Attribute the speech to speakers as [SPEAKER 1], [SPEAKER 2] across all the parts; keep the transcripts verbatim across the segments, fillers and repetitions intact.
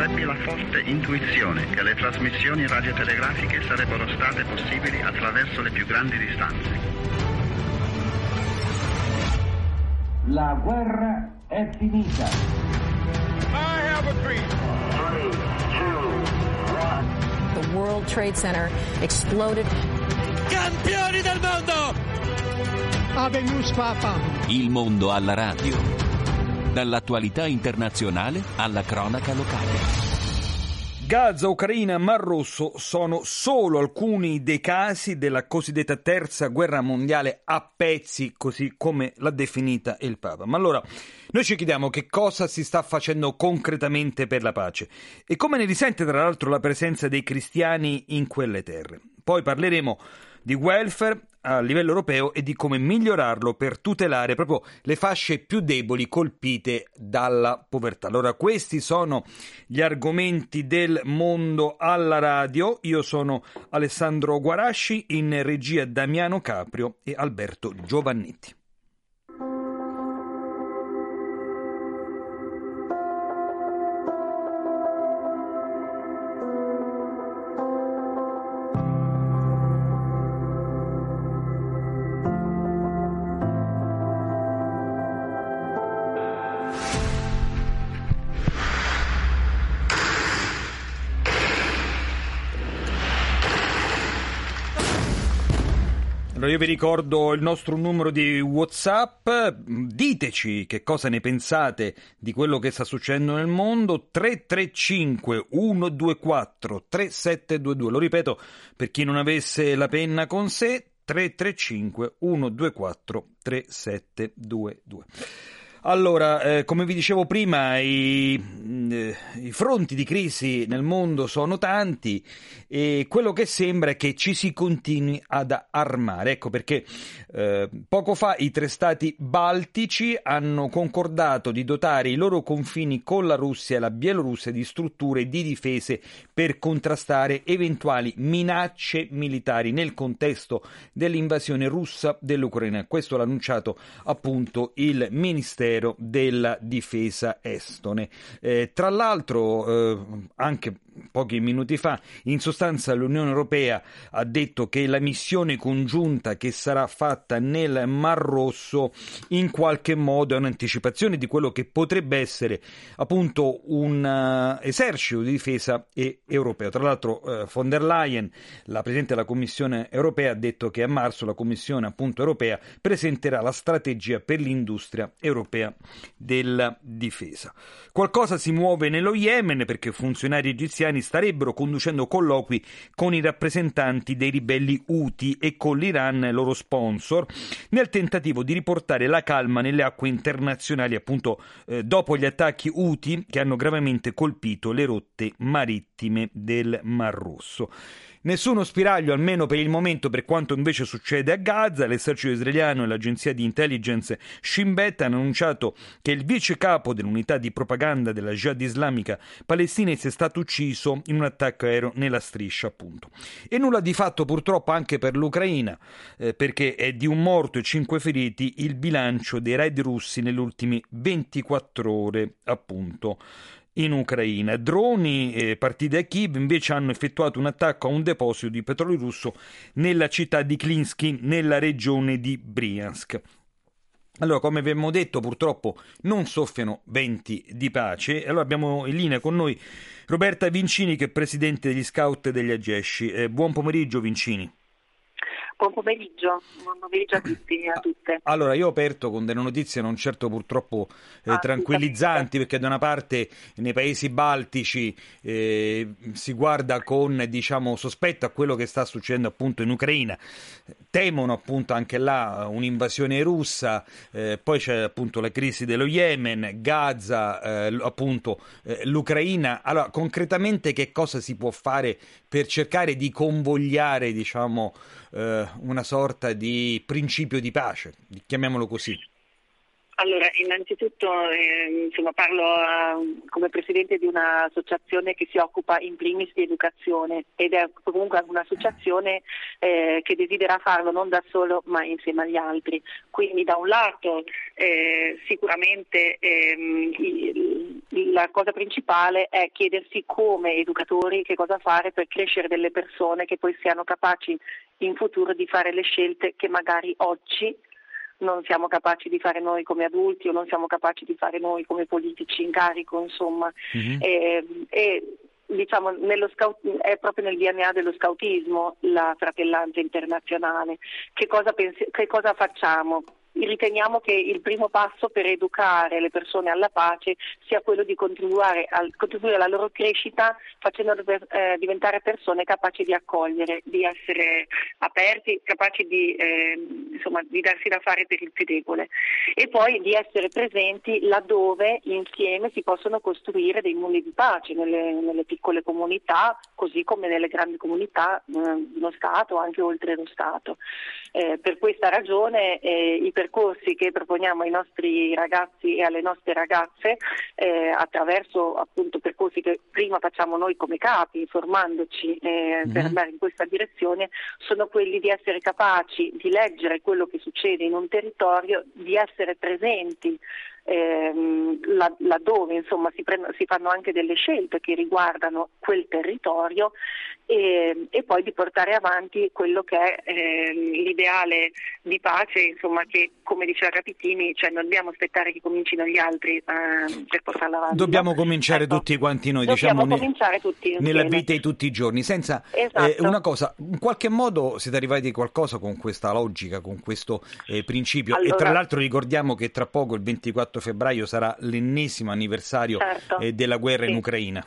[SPEAKER 1] Ebbi la forte intuizione che le trasmissioni radiotelegrafiche sarebbero state possibili attraverso le più grandi distanze.
[SPEAKER 2] La guerra è finita.
[SPEAKER 3] I have a dream.
[SPEAKER 2] three, two, one.
[SPEAKER 4] The World Trade Center exploded.
[SPEAKER 3] Campioni del mondo!
[SPEAKER 5] Avemus Papa.
[SPEAKER 6] Il mondo alla radio. Dall'attualità internazionale alla cronaca locale.
[SPEAKER 7] Gaza, Ucraina, Mar Rosso sono solo alcuni dei casi della cosiddetta terza guerra mondiale a pezzi, così come l'ha definita il Papa. Ma allora, noi ci chiediamo che cosa si sta facendo concretamente per la pace e come ne risente tra l'altro la presenza dei cristiani in quelle terre. Poi parleremo di welfare a livello europeo e di come migliorarlo per tutelare proprio le fasce più deboli colpite dalla povertà. Allora, questi sono gli argomenti del mondo alla radio. Io sono Alessandro Guarasci, in regia Damiano Caprio e Alberto Giovannetti. Allora io vi ricordo il nostro numero di WhatsApp, diteci che cosa ne pensate di quello che sta succedendo nel mondo, tre tre cinque uno due quattro tre sette due due, lo ripeto per chi non avesse la penna con sé, tre tre cinque uno due quattro tre sette due due. Allora, eh, come vi dicevo prima, i, eh, i fronti di crisi nel mondo sono tanti e quello che sembra è che ci si continui ad armare. Ecco perché eh, poco fa i tre stati baltici hanno concordato di dotare i loro confini con la Russia e la Bielorussia di strutture di difese per contrastare eventuali minacce militari nel contesto dell'invasione russa dell'Ucraina. Questo l'ha annunciato appunto il Ministero della difesa estone. Eh, tra l'altro, eh, anche pochi minuti fa, in sostanza l'Unione Europea ha detto che la missione congiunta che sarà fatta nel Mar Rosso in qualche modo è un'anticipazione di quello che potrebbe essere appunto un uh, esercito di difesa e- europeo. Tra l'altro uh, von der Leyen, la Presidente della Commissione Europea, ha detto che a marzo la Commissione appunto europea presenterà la strategia per l'industria europea della difesa. Qualcosa si muove nello Yemen perché funzionari egiziani starebbero conducendo colloqui con i rappresentanti dei ribelli Houthi e con l'Iran, loro sponsor, nel tentativo di riportare la calma nelle acque internazionali appunto eh, dopo gli attacchi Houthi che hanno gravemente colpito le rotte marittime del Mar Rosso. Nessuno spiraglio, almeno per il momento, per quanto invece succede a Gaza. L'esercito israeliano e l'agenzia di intelligence Shin Bet hanno annunciato che il vice capo dell'unità di propaganda della Jihad islamica palestinese è stato ucciso in un attacco aereo nella striscia, appunto. E nulla di fatto purtroppo anche per l'Ucraina, eh, perché è di un morto e cinque feriti il bilancio dei raid russi nelle ultime ventiquattro ore, appunto, in Ucraina. Droni eh, partiti da Kiev invece hanno effettuato un attacco a un deposito di petrolio russo nella città di Klinsky, nella regione di Briansk. Allora, come abbiamo detto, purtroppo non soffiano venti di pace. Allora abbiamo in linea con noi Roberta Vincini, che è presidente degli Scout degli Ageshi. Eh, buon pomeriggio, Vincini.
[SPEAKER 8] Buon pomeriggio, buon pomeriggio a tutti e a tutte.
[SPEAKER 7] Allora, io ho aperto con delle notizie non certo purtroppo eh, ah, tranquillizzanti, perché da una parte nei paesi baltici eh, si guarda con, diciamo, sospetto a quello che sta succedendo appunto in Ucraina, temono appunto anche là un'invasione russa, eh, poi c'è appunto la crisi dello Yemen, Gaza, eh, appunto eh, l'Ucraina. Allora, concretamente che cosa si può fare per cercare di convogliare, diciamo, eh, una sorta di principio di pace, chiamiamolo così?
[SPEAKER 8] Allora, innanzitutto eh, insomma, parlo uh, come presidente di un'associazione che si occupa in primis di educazione ed è comunque un'associazione eh, che desidera farlo non da solo ma insieme agli altri. Quindi da un lato eh, sicuramente eh, la cosa principale è chiedersi come educatori che cosa fare per crescere delle persone che poi siano capaci in futuro di fare le scelte che magari oggi non siamo capaci di fare noi come adulti o non siamo capaci di fare noi come politici in carico, insomma. Mm-hmm. E, e diciamo nello scout, è proprio nel D N A dello scautismo la fratellanza internazionale. Che cosa, pensi, che cosa facciamo? Riteniamo che il primo passo per educare le persone alla pace sia quello di contribuire, al, contribuire alla loro crescita facendole eh, diventare persone capaci di accogliere, di essere aperti, capaci di, eh, insomma, di darsi da fare per il più debole e poi di essere presenti laddove insieme si possono costruire dei mondi di pace nelle, nelle piccole comunità, così come nelle grandi comunità eh, di uno Stato, anche oltre lo Stato. Eh, per questa ragione eh, i percorsi che proponiamo ai nostri ragazzi e alle nostre ragazze eh, attraverso appunto percorsi che prima facciamo noi come capi, formandoci eh, mm-hmm. per andare in questa direzione, sono quelli di essere capaci di leggere quello che succede in un territorio, di essere presenti Ehm, laddove insomma si, prendono, si fanno anche delle scelte che riguardano quel territorio e, e poi di portare avanti quello che è eh, l'ideale di pace, insomma, che come diceva Capitini, cioè non dobbiamo aspettare che comincino gli altri eh, per portarla avanti.
[SPEAKER 7] Dobbiamo cominciare
[SPEAKER 8] ecco.
[SPEAKER 7] tutti quanti noi,
[SPEAKER 8] dobbiamo
[SPEAKER 7] diciamo,
[SPEAKER 8] cominciare tutti
[SPEAKER 7] nella vita di tutti i giorni. Senza
[SPEAKER 8] esatto.
[SPEAKER 7] eh, una cosa, in qualche modo siete arrivati a qualcosa con questa logica, con questo eh, principio allora, e tra l'altro ricordiamo che tra poco il ventiquattro febbraio sarà l'ennesimo anniversario
[SPEAKER 8] certo.
[SPEAKER 7] eh, della guerra
[SPEAKER 8] sì.
[SPEAKER 7] in Ucraina.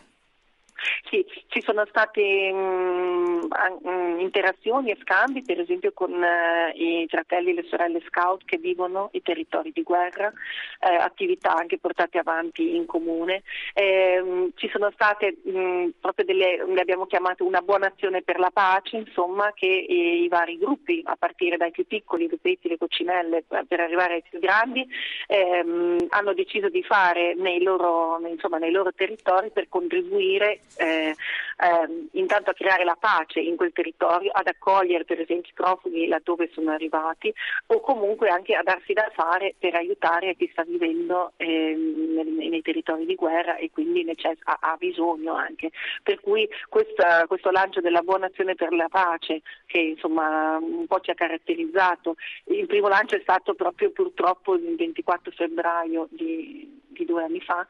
[SPEAKER 8] Sì, ci sono state mh, interazioni e scambi, per esempio con uh, i fratelli e le sorelle scout che vivono i territori di guerra, eh, attività anche portate avanti in comune. Eh, mh, ci sono state mh, proprio delle, le abbiamo chiamate una buona azione per la pace, insomma, che eh, i vari gruppi, a partire dai più piccoli, i lupetti, le coccinelle, per arrivare ai più grandi, ehm, hanno deciso di fare nei loro, insomma, nei loro territori per contribuire Eh, eh, intanto a creare la pace in quel territorio, ad accogliere per esempio i profughi laddove sono arrivati o comunque anche a darsi da fare per aiutare chi sta vivendo eh, nei, nei territori di guerra e quindi necess- ha, ha bisogno anche. Per cui questa, questo lancio della buona azione per la pace che insomma un po' ci ha caratterizzato, il primo lancio è stato proprio purtroppo il ventiquattro febbraio di di due anni fa,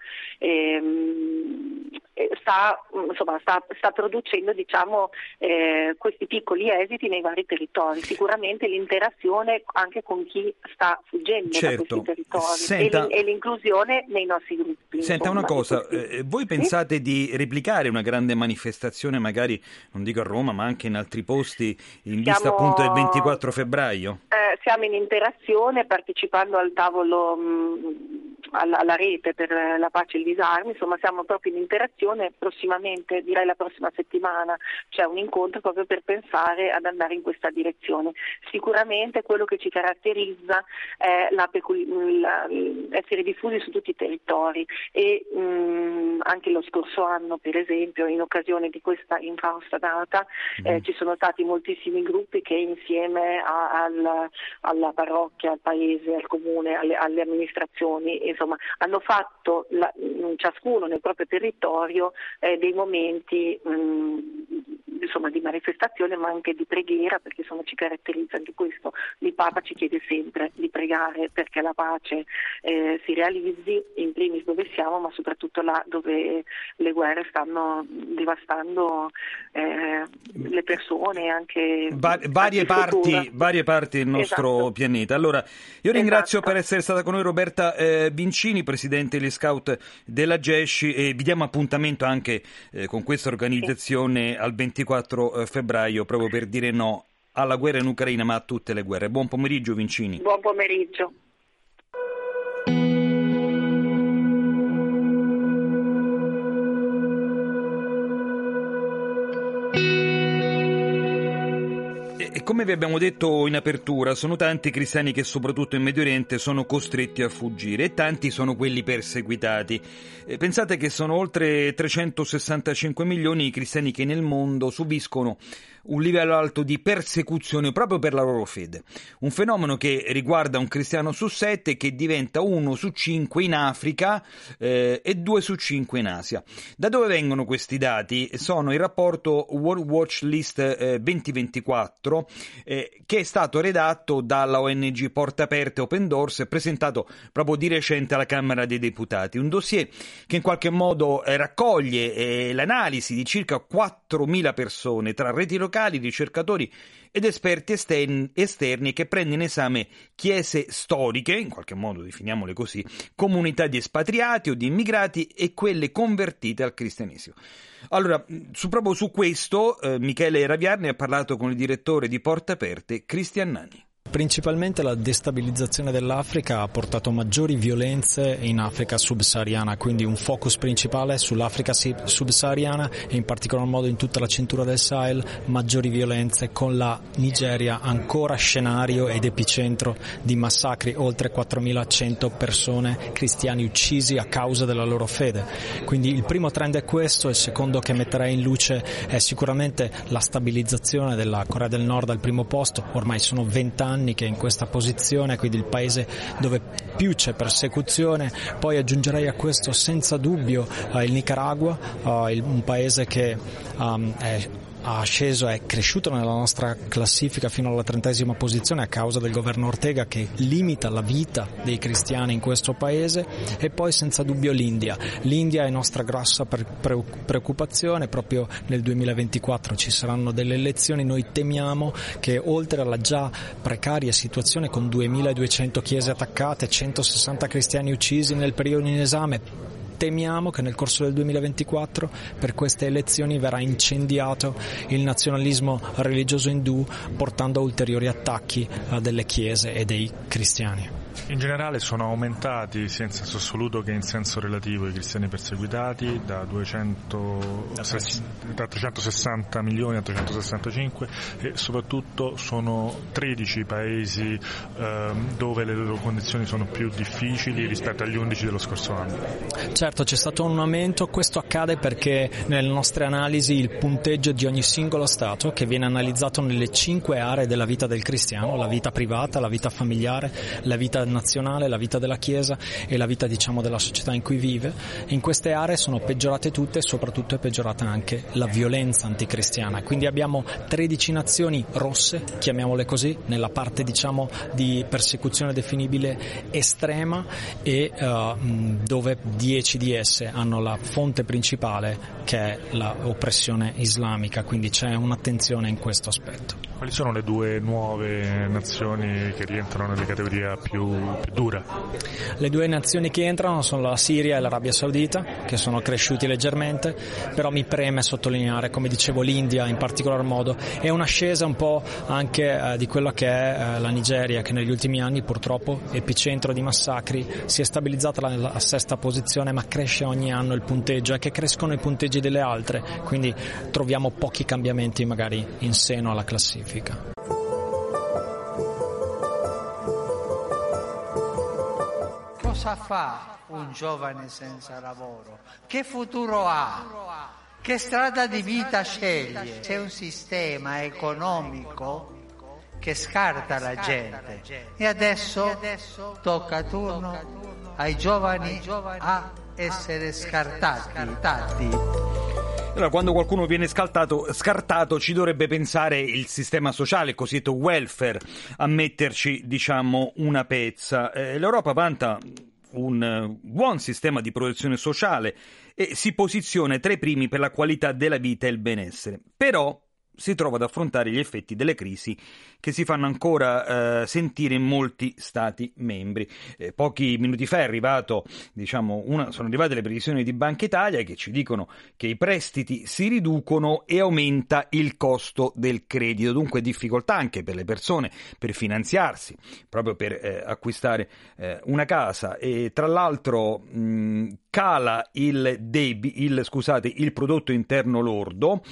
[SPEAKER 8] ehm, sta, insomma, sta, sta producendo diciamo, eh, questi piccoli esiti nei vari territori. Sicuramente l'interazione anche con chi sta fuggendo
[SPEAKER 7] certo.
[SPEAKER 8] da questi territori
[SPEAKER 7] Senta,
[SPEAKER 8] e, e l'inclusione nei nostri gruppi.
[SPEAKER 7] Senta
[SPEAKER 8] insomma,
[SPEAKER 7] una cosa,
[SPEAKER 8] questi...
[SPEAKER 7] eh, voi pensate sì? di replicare una grande manifestazione magari, non dico a Roma, ma anche in altri posti in
[SPEAKER 8] siamo...
[SPEAKER 7] vista appunto del ventiquattro febbraio?
[SPEAKER 8] Eh, siamo in interazione partecipando al tavolo mh, alla, alla rete per la pace e il disarmo, insomma siamo proprio in interazione. Prossimamente, direi la prossima settimana, c'è un incontro proprio per pensare ad andare in questa direzione. Sicuramente quello che ci caratterizza è la pecul- la, essere diffusi su tutti i territori e mh, anche lo scorso anno, per esempio, in occasione di questa infausta data, eh, mm. ci sono stati moltissimi gruppi che insieme a, al, alla parrocchia, al paese, al comune, alle, alle amministrazioni, insomma, hanno fatto la, ciascuno nel proprio territorio eh, dei momenti mh, insomma di manifestazione ma anche di preghiera, perché insomma ci caratterizza anche questo. Il Papa ci chiede sempre di pregare perché la pace eh, si realizzi in primis dove siamo, ma soprattutto là dove le guerre stanno devastando eh, le persone e anche
[SPEAKER 7] Va- varie,
[SPEAKER 8] anche
[SPEAKER 7] parti, varie parti del nostro
[SPEAKER 8] esatto.
[SPEAKER 7] pianeta. Allora, io ringrazio
[SPEAKER 8] esatto.
[SPEAKER 7] per essere stata con noi Roberta eh, Vincini, presidente degli scout della Gesci, e vi diamo appuntamento anche eh, con questa organizzazione sì. al ventiquattro febbraio, proprio per dire no alla guerra in Ucraina ma a tutte le guerre. Buon pomeriggio Vincini.
[SPEAKER 8] Buon pomeriggio.
[SPEAKER 7] E come vi abbiamo detto in apertura, sono tanti i cristiani che soprattutto in Medio Oriente sono costretti a fuggire e tanti sono quelli perseguitati. E pensate che sono oltre trecentosessantacinque milioni i cristiani che nel mondo subiscono un livello alto di persecuzione proprio per la loro fede. Un fenomeno che riguarda un cristiano su sette, che diventa uno su cinque in Africa eh, e due su cinque in Asia. Da dove vengono questi dati? Sono il rapporto World Watch List eh, duemilaventiquattro eh, che è stato redatto dalla O N G Porte Aperte Open Doors e presentato proprio di recente alla Camera dei Deputati. Un dossier che in qualche modo eh, raccoglie eh, l'analisi di circa quattromila persone tra reti locali, ricercatori ed esperti esterni, esterni che prende in esame chiese storiche, in qualche modo definiamole così, comunità di espatriati o di immigrati e quelle convertite al cristianesimo. Allora, su, proprio su questo eh, Michele Raviarni ha parlato con il direttore di Porte Aperte, Cristian Nanni.
[SPEAKER 9] Principalmente la destabilizzazione dell'Africa ha portato maggiori violenze in Africa subsahariana, quindi un focus principale sull'Africa subsahariana e in particolar modo in tutta la cintura del Sahel, maggiori violenze, con la Nigeria ancora scenario ed epicentro di massacri, oltre quattromilacento persone, cristiani uccisi a causa della loro fede. Quindi il primo trend è questo, il secondo che metterei in luce è sicuramente la stabilizzazione della Corea del Nord al primo posto. Ormai sono vent'anni che è in questa posizione, quindi il paese dove più c'è persecuzione. Poi aggiungerei a questo senza dubbio uh, il Nicaragua, uh, il, un paese che um, è ha sceso, è cresciuto nella nostra classifica fino alla trentesima posizione a causa del governo Ortega, che limita la vita dei cristiani in questo paese. E poi senza dubbio l'India. L'India è nostra grossa preoccupazione. Proprio nel duemilaventiquattro ci saranno delle elezioni. Noi temiamo che oltre alla già precaria situazione con duemiladuecento chiese attaccate, centosessanta cristiani uccisi nel periodo in esame, temiamo che nel corso del duemilaventiquattro per queste elezioni verrà incendiato il nazionalismo religioso indù, portando a ulteriori attacchi delle chiese e dei cristiani.
[SPEAKER 10] In generale sono aumentati sia in senso assoluto che in senso relativo i cristiani perseguitati da, duecento, da trecentosessanta milioni a trecentosessantacinque, e soprattutto sono tredici paesi eh, dove le loro condizioni sono più difficili rispetto agli undici dello scorso anno.
[SPEAKER 9] Certo, c'è stato un aumento. Questo accade perché nelle nostre analisi il punteggio di ogni singolo Stato, che viene analizzato nelle cinque aree della vita del cristiano, la vita privata, la vita familiare, la vita nazionale, la vita della Chiesa e la vita, diciamo, della società in cui vive, in queste aree sono peggiorate tutte e soprattutto è peggiorata anche la violenza anticristiana. Quindi abbiamo tredici nazioni rosse, chiamiamole così, nella parte, diciamo, di persecuzione definibile estrema, e uh, dove dieci di esse hanno la fonte principale, che è l'oppressione islamica, quindi c'è un'attenzione in questo aspetto.
[SPEAKER 10] Quali sono le due nuove nazioni che rientrano nelle categorie più, più dure?
[SPEAKER 9] Le due nazioni che entrano sono la Siria e l'Arabia Saudita, che sono cresciuti leggermente, però mi preme sottolineare, come dicevo, l'India in particolar modo. È un'ascesa un po' anche eh, di quello che è eh, la Nigeria, che negli ultimi anni purtroppo epicentro di massacri, si è stabilizzata alla sesta posizione, ma cresce ogni anno il punteggio, e che crescono i punteggi delle altre, quindi troviamo pochi cambiamenti magari in seno alla classifica.
[SPEAKER 11] Cosa fa un giovane senza lavoro? Che futuro ha? Che strada di vita sceglie? C'è un sistema economico che scarta la gente, e adesso tocca turno ai giovani a essere scartati.
[SPEAKER 7] Allora, quando qualcuno viene scaltato, scartato, ci dovrebbe pensare il sistema sociale, il cosiddetto welfare, a metterci, diciamo, una pezza. Eh, L'Europa vanta un uh, buon sistema di protezione sociale e si posiziona tra i primi per la qualità della vita e il benessere. Però si trova ad affrontare gli effetti delle crisi che si fanno ancora eh, sentire in molti stati membri. Eh, pochi minuti fa è arrivato, diciamo, una, sono arrivate le previsioni di Banca Italia che ci dicono che i prestiti si riducono e aumenta il costo del credito, dunque difficoltà anche per le persone per finanziarsi, proprio per eh, acquistare eh, una casa. E tra l'altro mh, cala il, debi, il, scusate, il prodotto interno lordo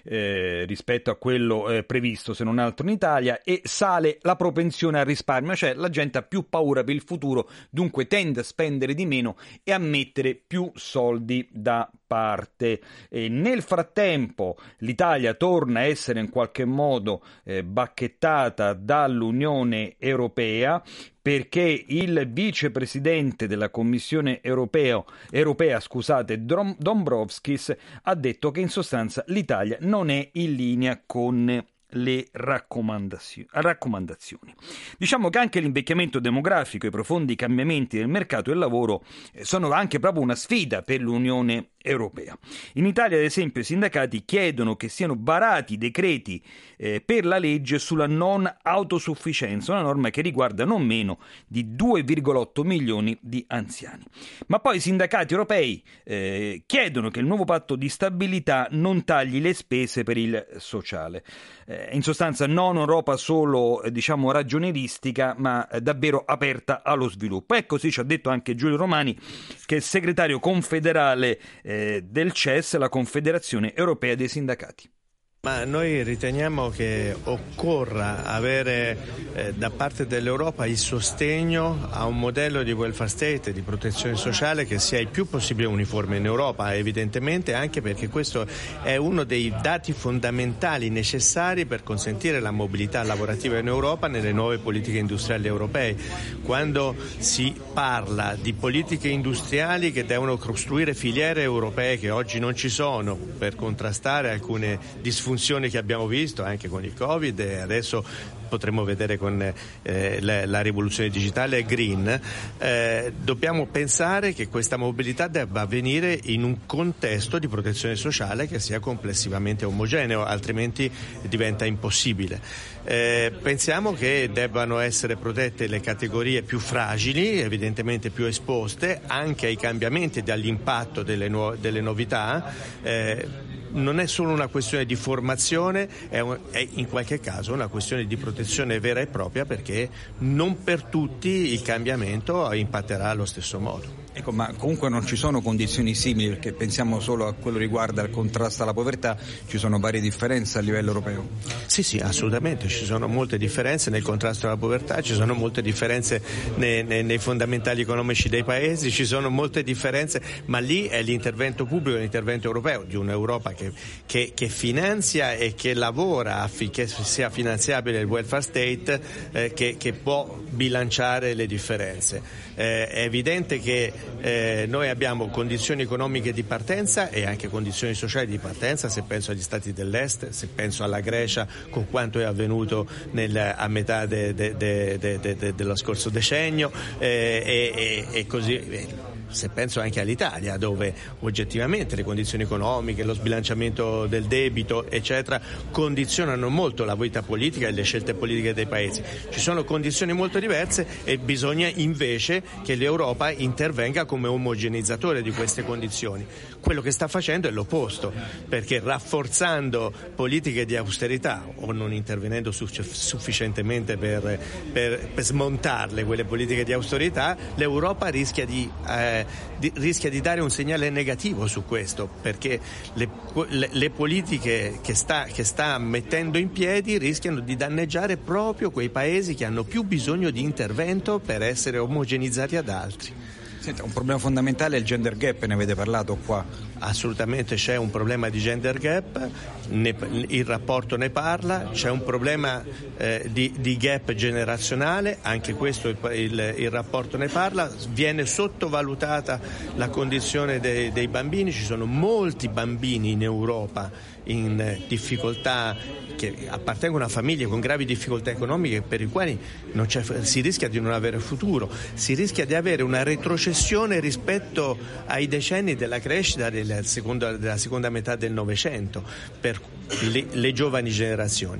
[SPEAKER 7] eh, rispetto a quello eh, previsto, se non altro in Italia, e sale la propensione al risparmio, cioè la gente ha più paura per il futuro, dunque tende a spendere di meno e a mettere più soldi da parte. E nel frattempo l'Italia torna a essere in qualche modo eh, bacchettata dall'Unione Europea, perché il vicepresidente della Commissione europeo, europea scusate, Dombrovskis, ha detto che in sostanza l'Italia non è in linea con le raccomandazio- raccomandazioni. Diciamo che anche l'invecchiamento demografico e i profondi cambiamenti del mercato del lavoro sono anche proprio una sfida per l'Unione Europea. In Italia, ad esempio, i sindacati chiedono che siano varati decreti eh, per la legge sulla non autosufficienza, una norma che riguarda non meno di due virgola otto milioni di anziani. Ma poi i sindacati europei eh, chiedono che il nuovo patto di stabilità non tagli le spese per il sociale. Eh, in sostanza non Europa solo eh, diciamo ragionieristica, ma eh, davvero aperta allo sviluppo. E così ci ha detto anche Giulio Romani, che è il segretario confederale eh, del C E S, la Confederazione Europea dei Sindacati.
[SPEAKER 12] Ma noi riteniamo che occorra avere eh, da parte dell'Europa il sostegno a un modello di welfare state, di protezione sociale, che sia il più possibile uniforme in Europa, evidentemente anche perché questo è uno dei dati fondamentali necessari per consentire la mobilità lavorativa in Europa nelle nuove politiche industriali europee. Quando si parla di politiche industriali che devono costruire filiere europee che oggi non ci sono per contrastare alcune disfunzioni che abbiamo visto anche con il Covid e adesso potremmo vedere con eh, la, la rivoluzione digitale e green, eh, dobbiamo pensare che questa mobilità debba avvenire in un contesto di protezione sociale che sia complessivamente omogeneo, altrimenti diventa impossibile. Eh, pensiamo che debbano essere protette le categorie più fragili, evidentemente più esposte anche ai cambiamenti e all'impatto delle, nuo- delle novità. Eh, non è solo una questione di formazione, è, un, è in qualche caso una questione di protezione vera e propria, perché non per tutti il cambiamento impatterà allo stesso modo.
[SPEAKER 13] Ecco, ma comunque non ci sono condizioni simili, perché pensiamo solo a quello che riguarda il contrasto alla povertà, ci sono varie differenze a livello europeo.
[SPEAKER 12] Sì, sì, assolutamente, ci sono molte differenze nel contrasto alla povertà, ci sono molte differenze nei, nei, nei fondamentali economici dei paesi, ci sono molte differenze, ma lì è l'intervento pubblico, l'intervento europeo di un'Europa che, che, che finanzia e che lavora affinché sia finanziabile il welfare state, eh, che, che può bilanciare le differenze. Eh, è evidente che eh, noi abbiamo condizioni economiche di partenza e anche condizioni sociali di partenza, se penso agli stati dell'est, se penso alla Grecia con quanto è avvenuto nel, a metà de, de, de, de, de, de, dello scorso decennio eh, e, e, e così eh. Se penso anche all'Italia, dove oggettivamente le condizioni economiche, lo sbilanciamento del debito, eccetera, condizionano molto la vita politica e le scelte politiche dei paesi. Ci sono condizioni molto diverse e bisogna invece che l'Europa intervenga come omogenizzatore di queste condizioni. Quello che sta facendo è l'opposto, perché rafforzando politiche di austerità o non intervenendo sufficientemente per, per, per smontarle, quelle politiche di austerità, l'Europa rischia di eh, Di, rischia di dare un segnale negativo su questo, perché le, le, le politiche che sta, che sta mettendo in piedi rischiano di danneggiare proprio quei paesi che hanno più bisogno di intervento per essere omogenizzati ad altri.
[SPEAKER 13] Senta, un problema fondamentale è il gender gap, ne avete parlato qua?
[SPEAKER 12] Assolutamente c'è un problema di gender gap, ne, il rapporto ne parla, c'è un problema eh, di, di gap generazionale, anche questo il, il, il rapporto ne parla, viene sottovalutata la condizione dei, dei bambini, ci sono molti bambini in Europa in difficoltà, che appartengono a famiglie con gravi difficoltà economiche per i quali non c'è, si rischia di non avere futuro, si rischia di avere una retrocessione rispetto ai decenni della crescita della seconda, della seconda metà del Novecento per le, le giovani generazioni.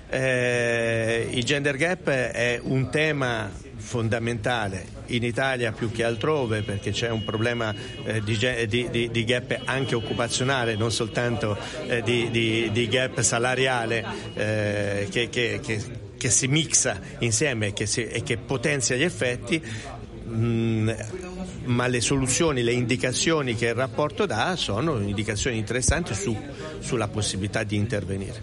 [SPEAKER 12] Eh, il gender gap è un tema fondamentale in Italia più che altrove, perché c'è un problema eh, di, di, di gap anche occupazionale, non soltanto eh, di, di, di gap salariale eh, che, che, che, che si mixa insieme e che, si, e che potenzia gli effetti. mh, ma le soluzioni, le indicazioni che il rapporto dà sono indicazioni interessanti su, sulla possibilità di intervenire.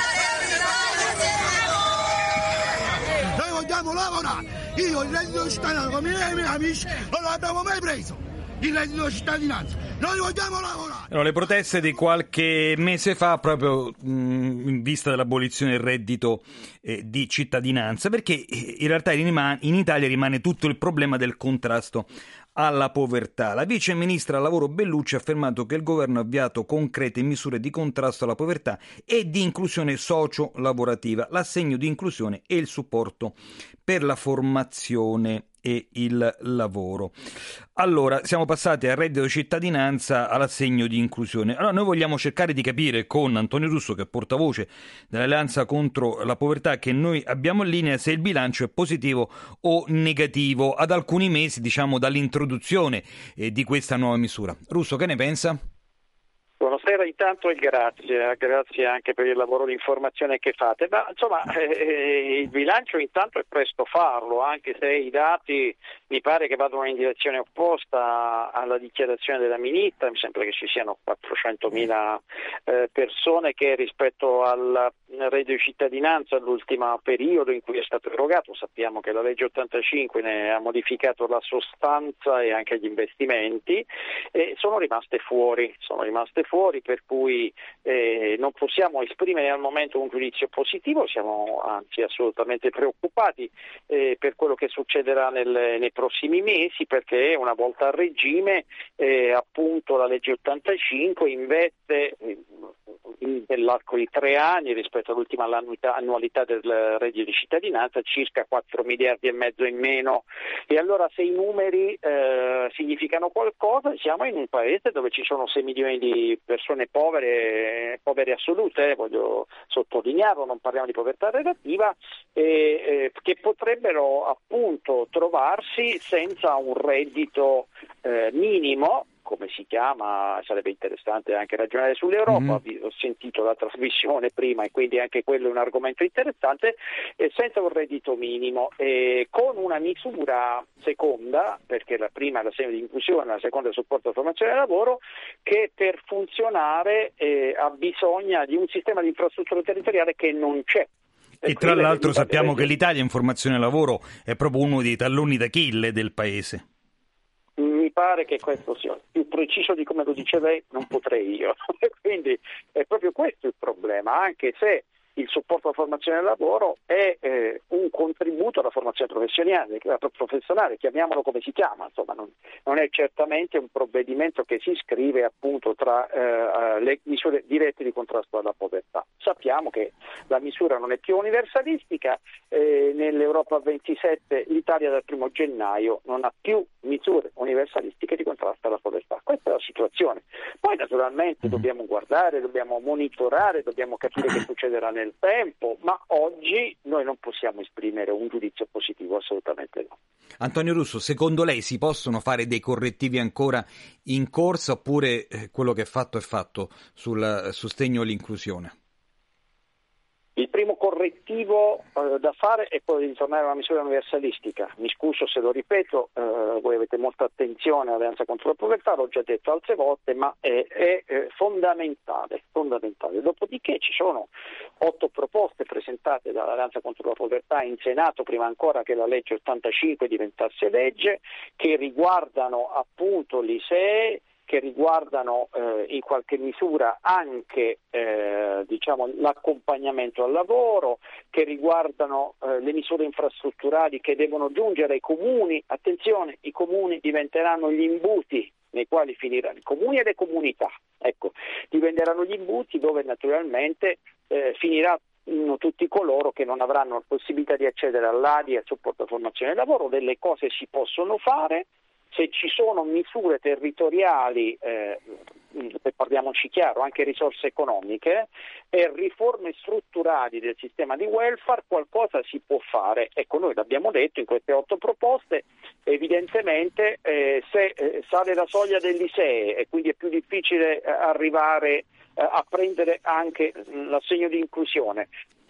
[SPEAKER 14] Noi vogliamo lavorare, io il reddito cittadinanza come i miei amici non l'abbiamo mai preso. Il reddito di cittadinanza, noi vogliamo lavorare.
[SPEAKER 7] Allora, le proteste di qualche mese fa proprio mh, in vista dell'abolizione del reddito eh, di cittadinanza, perché in realtà in, in Italia rimane tutto il problema del contrasto alla povertà. La vice ministra al lavoro Bellucci ha affermato che il governo ha avviato concrete misure di contrasto alla povertà e di inclusione socio-lavorativa, l'assegno di inclusione e il supporto per la formazione e il lavoro. Allora, siamo passati al reddito di cittadinanza, all'assegno di inclusione. Allora, noi vogliamo cercare di capire con Antonio Russo, che è portavoce dell'Alleanza contro la povertà che noi abbiamo in linea, se il bilancio è positivo o negativo ad alcuni mesi, diciamo, dall'introduzione eh, di questa nuova misura. Russo, che ne pensa?
[SPEAKER 15] Buonasera intanto e grazie, grazie anche per il lavoro di informazione che fate. Ma insomma eh, il bilancio intanto è presto farlo, anche se i dati mi pare che vadano in direzione opposta alla dichiarazione della ministra. Mi sembra che ci siano quattrocentomila eh, persone che rispetto al reddito di cittadinanza, all'ultimo periodo in cui è stato erogato, sappiamo che la legge ottantacinque ne ha modificato la sostanza e anche gli investimenti, e sono rimaste fuori, sono rimaste fuori, per cui eh, non possiamo esprimere al momento un giudizio positivo, siamo anzi assolutamente preoccupati eh, per quello che succederà nel, nei prossimi mesi, perché una volta a regime eh, appunto la legge ottantacinque investe eh, nell'arco di tre anni rispetto all'ultima annualità del reddito di cittadinanza circa quattro miliardi e mezzo in meno, e allora se i numeri eh, significano qualcosa, siamo in un paese dove ci sono sei milioni di persone povere, povere assolute, eh, voglio sottolinearlo, non parliamo di povertà relativa, eh, eh, che potrebbero appunto trovarsi senza un reddito eh, minimo, come si chiama, sarebbe interessante anche ragionare sull'Europa, mm-hmm. Ho sentito la trasmissione prima e quindi anche quello è un argomento interessante, eh, senza un reddito minimo, eh, con una misura seconda, perché la prima è l'assegno di inclusione, la seconda è il supporto alla formazione e al lavoro, che per funzionare eh, ha bisogno di un sistema di infrastruttura territoriale che non c'è.
[SPEAKER 7] E, e tra l'altro sappiamo che l'Italia in formazione e lavoro è proprio uno dei talloni d'Achille del paese.
[SPEAKER 15] Mi pare che questo sia più preciso di come lo dice lei, non potrei io. Quindi è proprio questo il problema, anche se il supporto alla formazione e al lavoro è eh, un contributo alla formazione professionale, professionale, chiamiamolo come si chiama, insomma non, non è certamente un provvedimento che si iscrive appunto tra eh, le misure dirette di contrasto alla povertà. Sappiamo che la misura non è più universalistica, eh, nell'Europa ventisette l'Italia dal primo gennaio non ha più misure universalistiche di contrasto alla povertà. Questa è la situazione. Poi naturalmente dobbiamo guardare, dobbiamo monitorare, dobbiamo capire che succederà nel nel tempo, ma oggi noi non possiamo esprimere un giudizio positivo, assolutamente no.
[SPEAKER 7] Antonio Russo, secondo lei si possono fare dei correttivi ancora in corsa, oppure quello che è fatto è fatto sul sostegno all'inclusione?
[SPEAKER 15] Il primo correttivo eh, da fare è quello di tornare a una misura universalistica. Mi scuso se lo ripeto, eh, voi avete molta attenzione all'Alleanza contro la povertà, l'ho già detto altre volte, ma è, è, è fondamentale, fondamentale. Dopodiché ci sono otto proposte presentate dall'Alleanza contro la povertà in Senato, prima ancora che la legge ottantacinque diventasse legge, che riguardano appunto l'I S E E, che riguardano eh, in qualche misura anche eh, diciamo, l'accompagnamento al lavoro, che riguardano eh, le misure infrastrutturali che devono giungere ai comuni. Attenzione, i comuni diventeranno gli imbuti nei quali finiranno, i comuni e le comunità, ecco, diventeranno gli imbuti dove naturalmente eh, finirà tutti coloro che non avranno la possibilità di accedere all'A D I e al supporto alla formazione e al lavoro. Delle cose si possono fare. Se ci sono misure territoriali, eh, parliamoci chiaro, anche risorse economiche e riforme strutturali del sistema di welfare, qualcosa si può fare. Ecco, noi l'abbiamo detto in queste otto proposte, evidentemente eh, se eh, sale la soglia dell'I S E E e quindi è più difficile eh, arrivare eh, a prendere anche l'assegno di inclusione.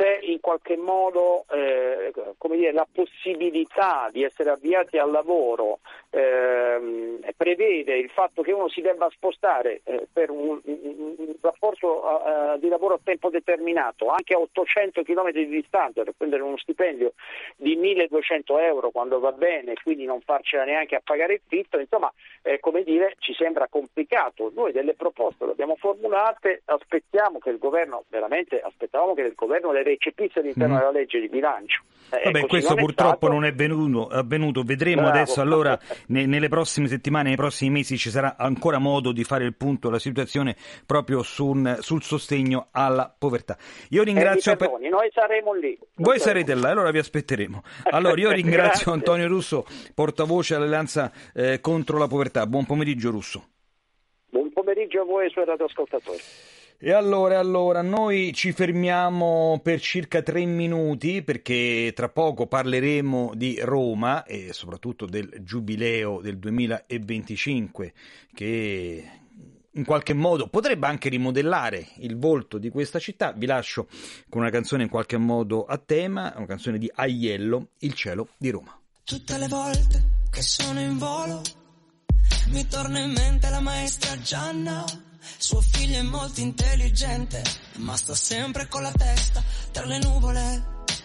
[SPEAKER 15] se in qualche modo eh, come dire, la possibilità di essere avviati al lavoro eh, prevede il fatto che uno si debba spostare eh, per un, un rapporto uh, di lavoro a tempo determinato anche a ottocento chilometri di distanza per prendere uno stipendio di milleduecento euro quando va bene, quindi non farcela neanche a pagare il fitto, insomma eh, come dire, ci sembra complicato. Noi delle proposte le abbiamo formulate, aspettiamo che il governo, veramente aspettavamo che il governo le recepisse all'interno mm. della legge di bilancio. Eh,
[SPEAKER 7] Vabbè, questo
[SPEAKER 15] non
[SPEAKER 7] purtroppo
[SPEAKER 15] stato...
[SPEAKER 7] non è venuto, avvenuto, vedremo.
[SPEAKER 15] Bravo.
[SPEAKER 7] Adesso allora ne, nelle prossime settimane, nei prossimi mesi ci sarà ancora modo di fare il punto della situazione proprio sul, sul sostegno alla povertà. Io ringrazio...
[SPEAKER 15] Eh, perdoni, per... noi saremo lì.
[SPEAKER 7] Voi sarete là, allora vi aspetteremo. Allora io ringrazio Antonio Russo, portavoce all'Alleanza eh, contro la povertà. Buon pomeriggio Russo.
[SPEAKER 15] Buon pomeriggio a voi e ai suoi radioascoltatori.
[SPEAKER 7] E allora, allora, noi ci fermiamo per circa tre minuti perché tra poco parleremo di Roma e soprattutto del Giubileo del duemilaventicinque che in qualche modo potrebbe anche rimodellare il volto di questa città. Vi lascio con una canzone in qualche modo a tema, una canzone di Aiello, Il cielo di Roma.
[SPEAKER 16] Tutte le volte che sono in volo mi torna in mente la maestra Gianna. Suo figlio è molto intelligente, ma sta sempre con la testa tra le nuvole.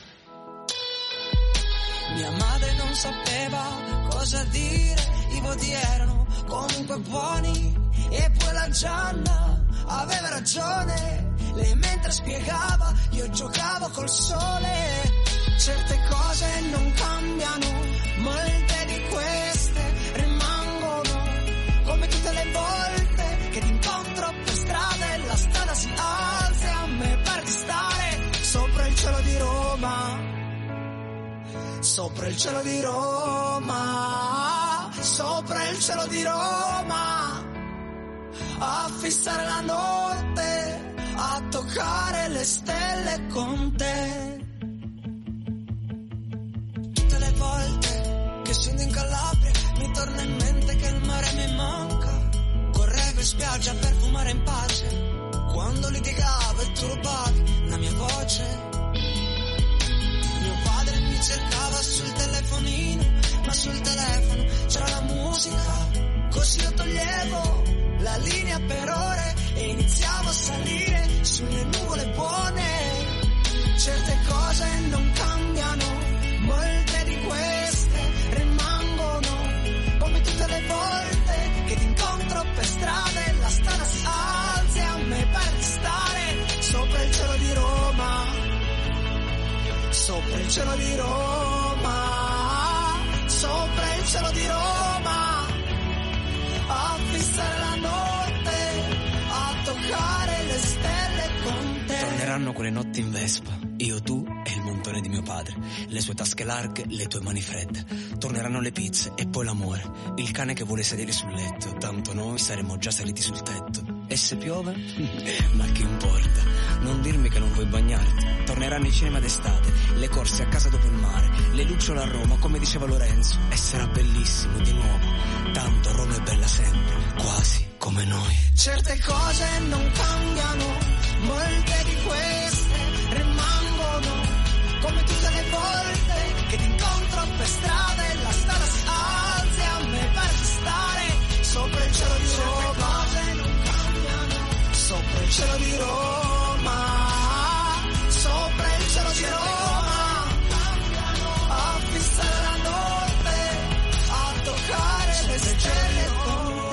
[SPEAKER 16] Mia madre non sapeva cosa dire, i voti erano comunque buoni. E poi la Gianna aveva ragione, lei mentre spiegava io giocavo col sole. Certe cose non cambiano, molte di queste rimangono come tutte le volte che ti incontro per strada e la strada si alza e a me pare di stare sopra il cielo di Roma, sopra il cielo di Roma, sopra il cielo di Roma, a fissare la notte, a toccare le stelle con te. Tutte le volte che scendo in Calabria mi torna in mente che il mare mi manca. Correvo in spiaggia per fumare in pace quando litigavo e tu rubavi la mia voce. Mio padre mi cercava sul telefonino, ma sul telefono c'era la musica, così io toglievo la linea per ore e iniziamo a salire sulle nuvole buone. Certe cose non cambiano, molte di queste rimangono come tutte le volte che ti incontro per strada e la strada si alza e a me pare di stare sopra il cielo di Roma, sopra il cielo di Roma, sopra il cielo di Roma, a fissare la notte, a toccare le stelle con te.
[SPEAKER 17] Torneranno quelle notti in Vespa, io, tu e il montone di mio padre, le sue tasche larghe, le tue mani fredde. Torneranno le pizze e poi l'amore, il cane che vuole salire sul letto, tanto noi saremo già saliti sul tetto. E se piove? Ma che importa, non dirmi che non vuoi bagnarti. Torneranno i cinema d'estate, le corse a casa dopo il mare, le lucciole a Roma come diceva Lorenzo, e sarà bellissimo di nuovo, tanto Roma è bella sempre, quasi come noi.
[SPEAKER 16] Certe cose non cambiano, molte di queste rimangono come tutte le volte che ti incontro per strada e la strada si alza e a me pare di stare sopra il cielo di Roma. Certe cose non cambiano, sopra il cielo di Roma, sopra il cielo di Roma, a fissare la notte, a toccare le stelle con te.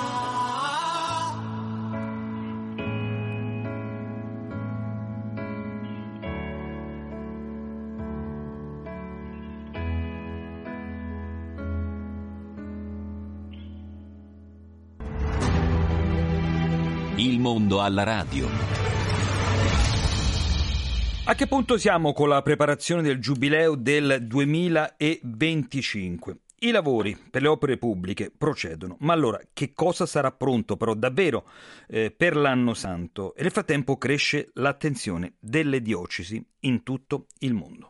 [SPEAKER 6] Il mondo alla radio.
[SPEAKER 7] A che punto siamo con la preparazione del Giubileo del duemilaventicinque? I lavori per le opere pubbliche procedono, ma allora che cosa sarà pronto però davvero eh, per l'anno santo? E nel frattempo cresce l'attenzione delle diocesi in tutto il mondo.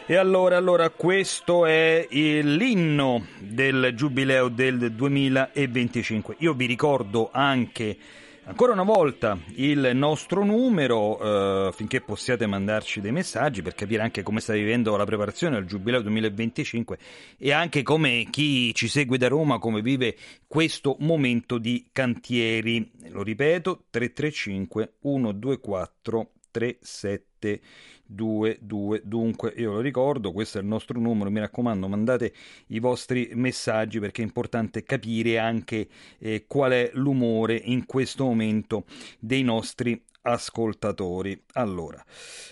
[SPEAKER 7] E allora, allora questo è il, l'inno del Giubileo del duemilaventicinque. Io vi ricordo anche ancora una volta il nostro numero, eh, finché possiate mandarci dei messaggi per capire anche come sta vivendo la preparazione al Giubileo duemilaventicinque e anche come chi ci segue da Roma, come vive questo momento di cantieri. Lo ripeto, tre tre cinque uno due quattro tre sette due due. Dunque io lo ricordo, questo è il nostro numero, mi raccomando mandate i vostri messaggi perché è importante capire anche eh, qual è l'umore in questo momento dei nostri ascoltatori. Allora,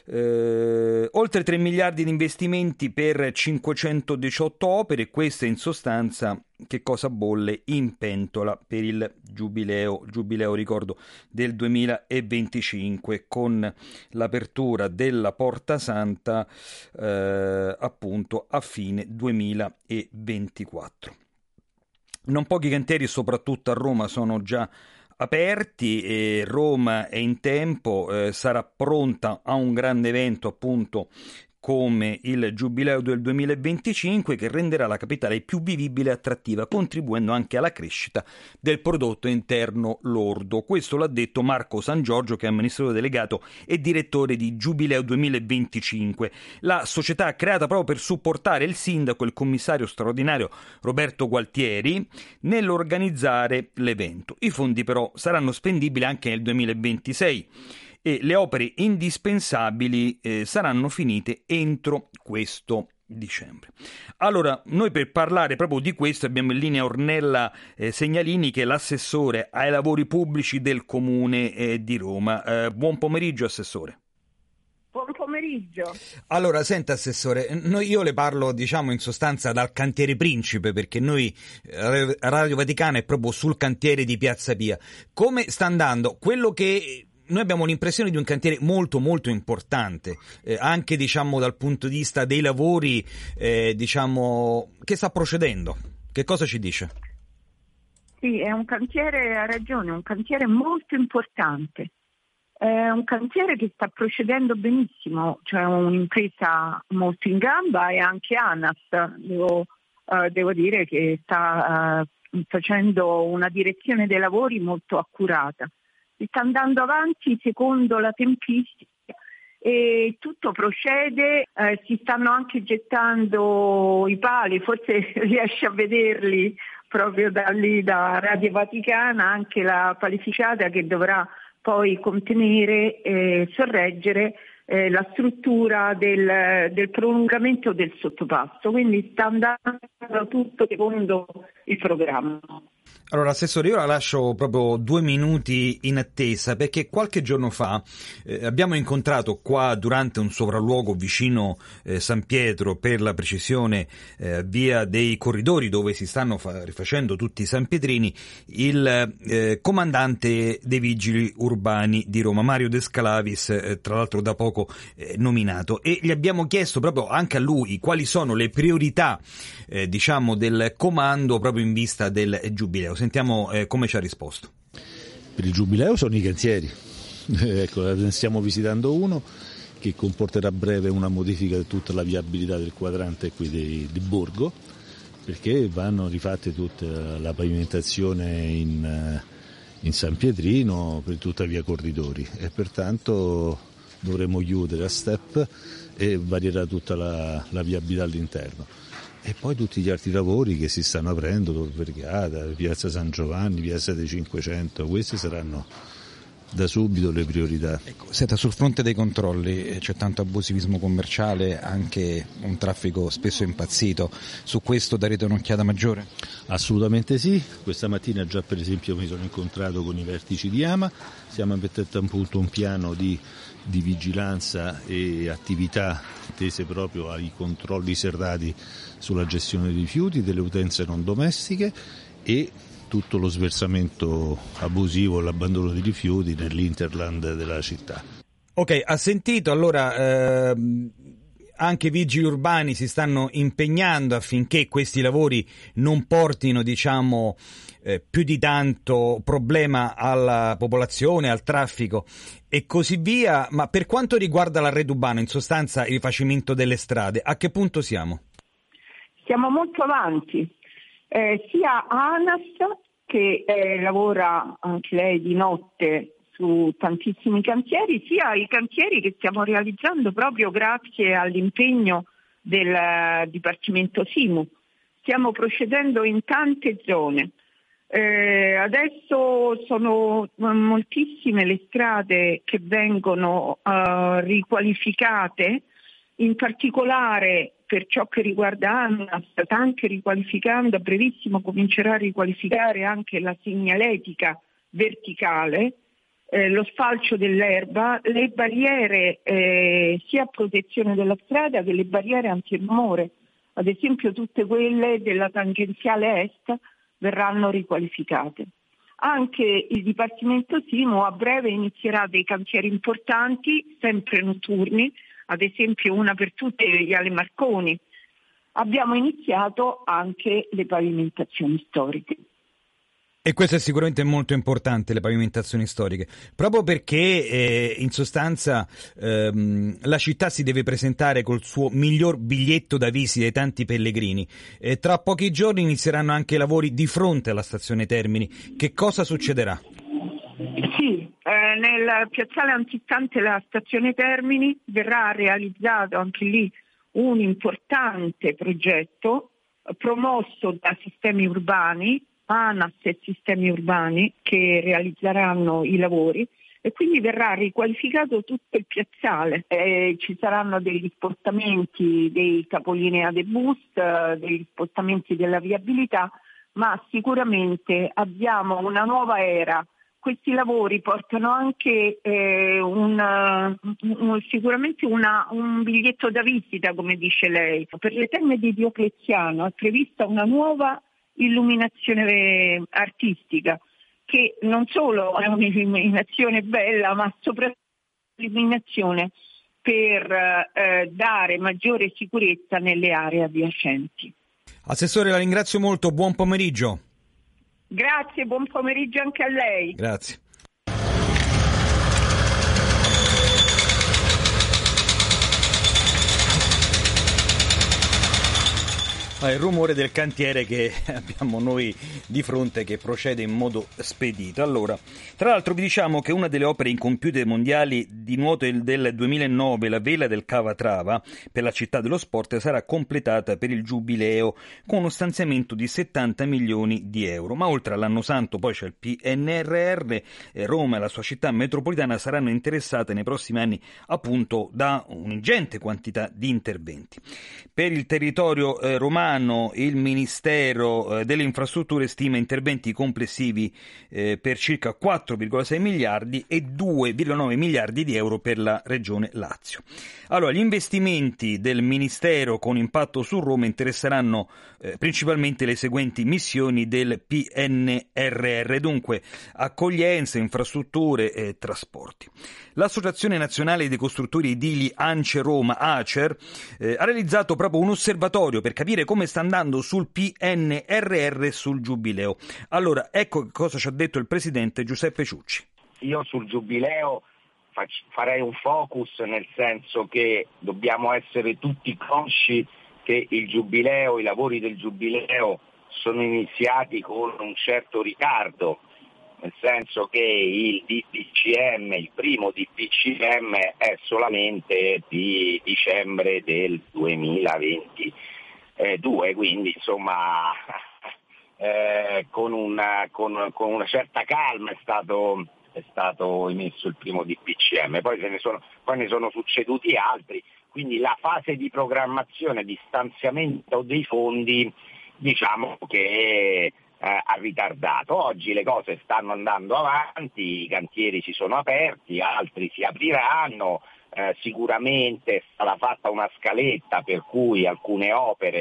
[SPEAKER 7] eh, oltre tre miliardi di investimenti per cinquecentodiciotto opere, questa in sostanza che cosa bolle in pentola per il giubileo, giubileo ricordo del duemilaventicinque, con l'apertura della Porta Santa eh, appunto a fine duemilaventiquattro. Non pochi cantieri, soprattutto a Roma, sono già aperti e Roma è in tempo, eh, sarà pronta a un grande evento appunto come il Giubileo del duemilaventicinque, che renderà la capitale più vivibile e attrattiva, contribuendo anche alla crescita del prodotto interno lordo. Questo l'ha detto Marco San Giorgio, che è amministratore delegato e direttore di Giubileo duemilaventicinque, la società creata proprio per supportare il sindaco e il commissario straordinario Roberto Gualtieri nell'organizzare l'evento. I fondi però saranno spendibili anche nel duemilaventisei. E le opere indispensabili eh, saranno finite entro questo dicembre. Allora, noi per parlare proprio di questo abbiamo in linea Ornella eh, Segnalini, che è l'assessore ai lavori pubblici del Comune eh, di Roma. Eh, buon pomeriggio, assessore.
[SPEAKER 18] Buon pomeriggio.
[SPEAKER 7] Allora, senta assessore, noi, io le parlo diciamo in sostanza dal cantiere principe, perché noi Radio Vaticana è proprio sul cantiere di Piazza Pia. Come sta andando? Quello che noi abbiamo l'impressione di un cantiere molto molto importante, eh, anche diciamo dal punto di vista dei lavori, eh, diciamo che sta procedendo. Che cosa ci dice?
[SPEAKER 18] Sì, è un cantiere, ha ragione, un cantiere molto importante. È un cantiere che sta procedendo benissimo, cioè un'impresa molto in gamba, e anche ANAS, devo, uh, devo dire che sta uh, facendo una direzione dei lavori molto accurata. Si sta andando avanti secondo la tempistica e tutto procede, eh, si stanno anche gettando i pali, forse riesce a vederli proprio da lì, da Radio Vaticana, anche la palificata che dovrà poi contenere e sorreggere eh, la struttura del, del prolungamento del sottopasso, quindi sta andando tutto secondo il programma.
[SPEAKER 7] Allora, assessore, io la lascio proprio due minuti in attesa, perché qualche giorno fa eh, abbiamo incontrato qua durante un sopralluogo vicino eh, San Pietro, per la precisione eh, via dei Corridori, dove si stanno fa- rifacendo tutti i sanpietrini, il eh, comandante dei Vigili Urbani di Roma, Mario De Scalavis, eh, tra l'altro da poco eh, nominato, e gli abbiamo chiesto proprio anche a lui quali sono le priorità eh, diciamo del comando proprio in vista del Giubileo. Sentiamo eh, come ci ha risposto.
[SPEAKER 19] Per il Giubileo sono i cantieri, ecco, ne stiamo visitando uno che comporterà a breve una modifica di tutta la viabilità del quadrante qui di, di Borgo, perché vanno rifatte tutta la pavimentazione in, in San Pietrino per tutta via Corridori, e pertanto dovremo chiudere a step e varierà tutta la, la viabilità all'interno. E poi tutti gli altri lavori che si stanno aprendo, Tor Vergata, Piazza San Giovanni, Piazza dei Cinquecento, questi saranno da subito le priorità.
[SPEAKER 9] Ecco, senta, sul fronte dei controlli c'è tanto abusivismo commerciale, anche un traffico spesso impazzito, su questo darete un'occhiata maggiore?
[SPEAKER 19] Assolutamente sì, questa mattina già per esempio mi sono incontrato con i vertici di AMA, stiamo mettendo a punto un piano di, di vigilanza e attività tese proprio ai controlli serrati sulla gestione dei rifiuti, delle utenze non domestiche e tutto lo sversamento abusivo, l'abbandono di rifiuti nell'interland della città.
[SPEAKER 7] Ok, ha sentito, allora eh, anche i vigili urbani si stanno impegnando affinché questi lavori non portino, diciamo, eh, più di tanto problema alla popolazione, al traffico e così via. Ma per quanto riguarda l'arredo urbano, in sostanza il rifacimento delle strade, a che punto siamo?
[SPEAKER 18] Siamo molto avanti, eh, sia ANAS che eh, lavora anche lei di notte su tantissimi cantieri, sia i cantieri che stiamo realizzando proprio grazie all'impegno del uh, Dipartimento SIMU. Stiamo procedendo in tante zone. Eh, adesso sono moltissime le strade che vengono uh, riqualificate, in particolare per ciò che riguarda ANAS, sta anche riqualificando, a brevissimo comincerà a riqualificare anche la segnaletica verticale, eh, lo sfalcio dell'erba, le barriere eh, sia a protezione della strada che le barriere antirumore, ad esempio tutte quelle della tangenziale est verranno riqualificate. Anche il Dipartimento SIMU a breve inizierà dei cantieri importanti, sempre notturni, ad esempio una per tutte Viale Marconi. Abbiamo iniziato anche le pavimentazioni storiche.
[SPEAKER 7] E questo è sicuramente molto importante, le pavimentazioni storiche, proprio perché eh, in sostanza ehm, la città si deve presentare col suo miglior biglietto da visita ai tanti pellegrini. E tra pochi giorni inizieranno anche i lavori di fronte alla stazione Termini. Che cosa succederà?
[SPEAKER 18] Sì, eh, nel piazzale antistante la stazione Termini verrà realizzato anche lì un importante progetto promosso da sistemi urbani, ANAS e sistemi urbani che realizzeranno i lavori, e quindi verrà riqualificato tutto il piazzale. Eh, ci saranno degli spostamenti dei capolinea dei bus, eh, degli spostamenti della viabilità, ma sicuramente abbiamo una nuova era. Questi lavori portano anche eh, un, un, sicuramente una, un biglietto da visita, come dice lei. Per le Terme di Diocleziano è prevista una nuova illuminazione artistica, che non solo è un'illuminazione bella, ma soprattutto un'illuminazione per eh, dare maggiore sicurezza nelle aree adiacenti.
[SPEAKER 7] Assessore, la ringrazio molto, buon pomeriggio.
[SPEAKER 18] Grazie, buon pomeriggio anche a lei.
[SPEAKER 7] Grazie. Ah, il rumore del cantiere che abbiamo noi di fronte, che procede in modo spedito. Allora, tra l'altro vi diciamo che una delle opere incompiute mondiali di nuoto del duemilanove, la vela del Calatrava per la città dello sport, sarà completata per il Giubileo con uno stanziamento di settanta milioni di euro. Ma oltre all'anno santo poi c'è il P N R R, eh, Roma e la sua città metropolitana saranno interessate nei prossimi anni appunto da un'ingente quantità di interventi. Per il territorio eh, romano il Ministero delle Infrastrutture stima interventi complessivi eh, per circa quattro virgola sei miliardi e due virgola nove miliardi di euro per la Regione Lazio. Allora, gli investimenti del Ministero con impatto su Roma interesseranno eh, principalmente le seguenti missioni del P N R R, dunque accoglienza, infrastrutture e trasporti. L'Associazione Nazionale dei Costruttori Edili ANCE Roma, ACER, eh, ha realizzato proprio un osservatorio per capire come sta andando sul P N R R e sul Giubileo. Allora, ecco cosa ci ha detto il presidente Giuseppe Ciucci.
[SPEAKER 20] Io sul Giubileo fac- farei un focus, nel senso che dobbiamo essere tutti consci che il Giubileo, i lavori del Giubileo sono iniziati con un certo ritardo, nel senso che il D P C M, il primo D P C M è solamente di dicembre del duemilaventidue, quindi insomma eh, con, una, con, con una certa calma è stato, è stato emesso il primo D P C M, poi, se ne sono, poi ne sono succeduti altri, quindi la fase di programmazione, di stanziamento dei fondi, diciamo che Eh, ha ritardato. Oggi le cose stanno andando avanti, i cantieri si sono aperti, altri si apriranno, eh, sicuramente sarà fatta una scaletta per cui alcune opere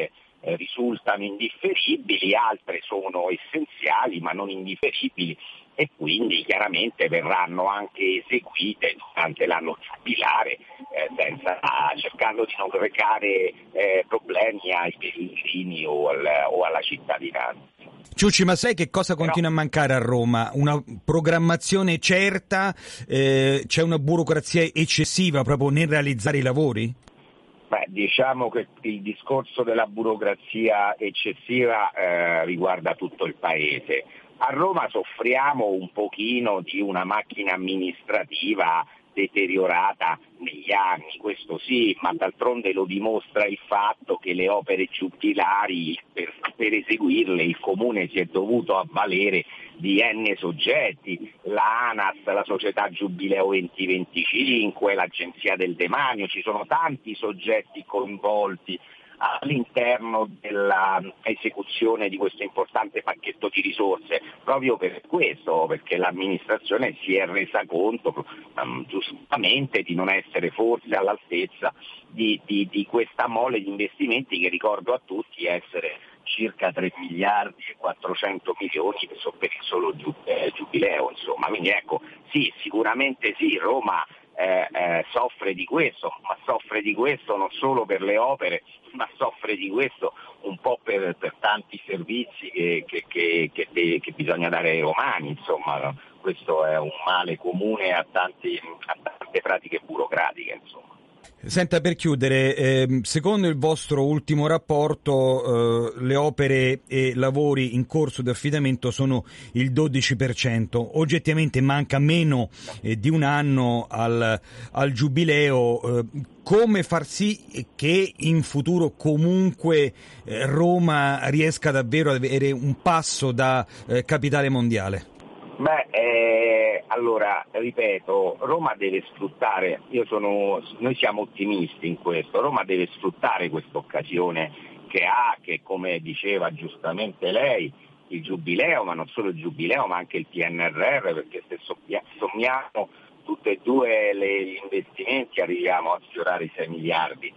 [SPEAKER 20] eh, risultano indifferibili, altre sono essenziali ma non indifferibili, e quindi chiaramente verranno anche eseguite durante l'anno giubilare, eh, senza, cercando di non recare eh, problemi ai pellegrini o, al, o alla cittadinanza.
[SPEAKER 7] Ciucci, ma sai che cosa continua Però... a mancare a Roma? Una programmazione certa, eh, c'è una burocrazia eccessiva proprio nel realizzare i lavori?
[SPEAKER 20] Beh, diciamo che il discorso della burocrazia eccessiva eh, riguarda tutto il paese. A Roma soffriamo un pochino di una macchina amministrativa deteriorata negli anni, questo sì, ma d'altronde lo dimostra il fatto che le opere giubilari, per, per eseguirle il Comune si è dovuto avvalere di N soggetti, la ANAS, la Società Giubileo venti venticinque, l'Agenzia del Demanio, ci sono tanti soggetti coinvolti all'interno dell'esecuzione di questo importante pacchetto di risorse, proprio per questo, perché l'amministrazione si è resa conto um, giustamente di non essere forse all'altezza di, di, di questa mole di investimenti che ricordo a tutti essere circa tre miliardi e quattrocento milioni per il solo giubileo, insomma. Quindi ecco, sì, sicuramente sì, Roma Eh, eh, soffre di questo, ma soffre di questo non solo per le opere, ma soffre di questo un po' per, per tanti servizi che, che, che, che, che bisogna dare ai romani, insomma, questo è un male comune a, tanti, a tante pratiche burocratiche, insomma.
[SPEAKER 7] Senta, per chiudere, eh, secondo il vostro ultimo rapporto eh, le opere e lavori in corso di affidamento sono il dodici per cento, oggettivamente manca meno eh, di un anno al, al giubileo. Eh, come far sì che in futuro comunque eh, Roma riesca davvero ad avere un passo da eh, capitale mondiale?
[SPEAKER 20] Beh, eh, allora, ripeto, Roma deve sfruttare, io sono, noi siamo ottimisti in questo, Roma deve sfruttare questa occasione che ha, che come diceva giustamente lei, il giubileo, ma non solo il giubileo, ma anche il P N R R, perché se sommiamo tutti e due le, gli investimenti arriviamo a sfiorare i sei miliardi.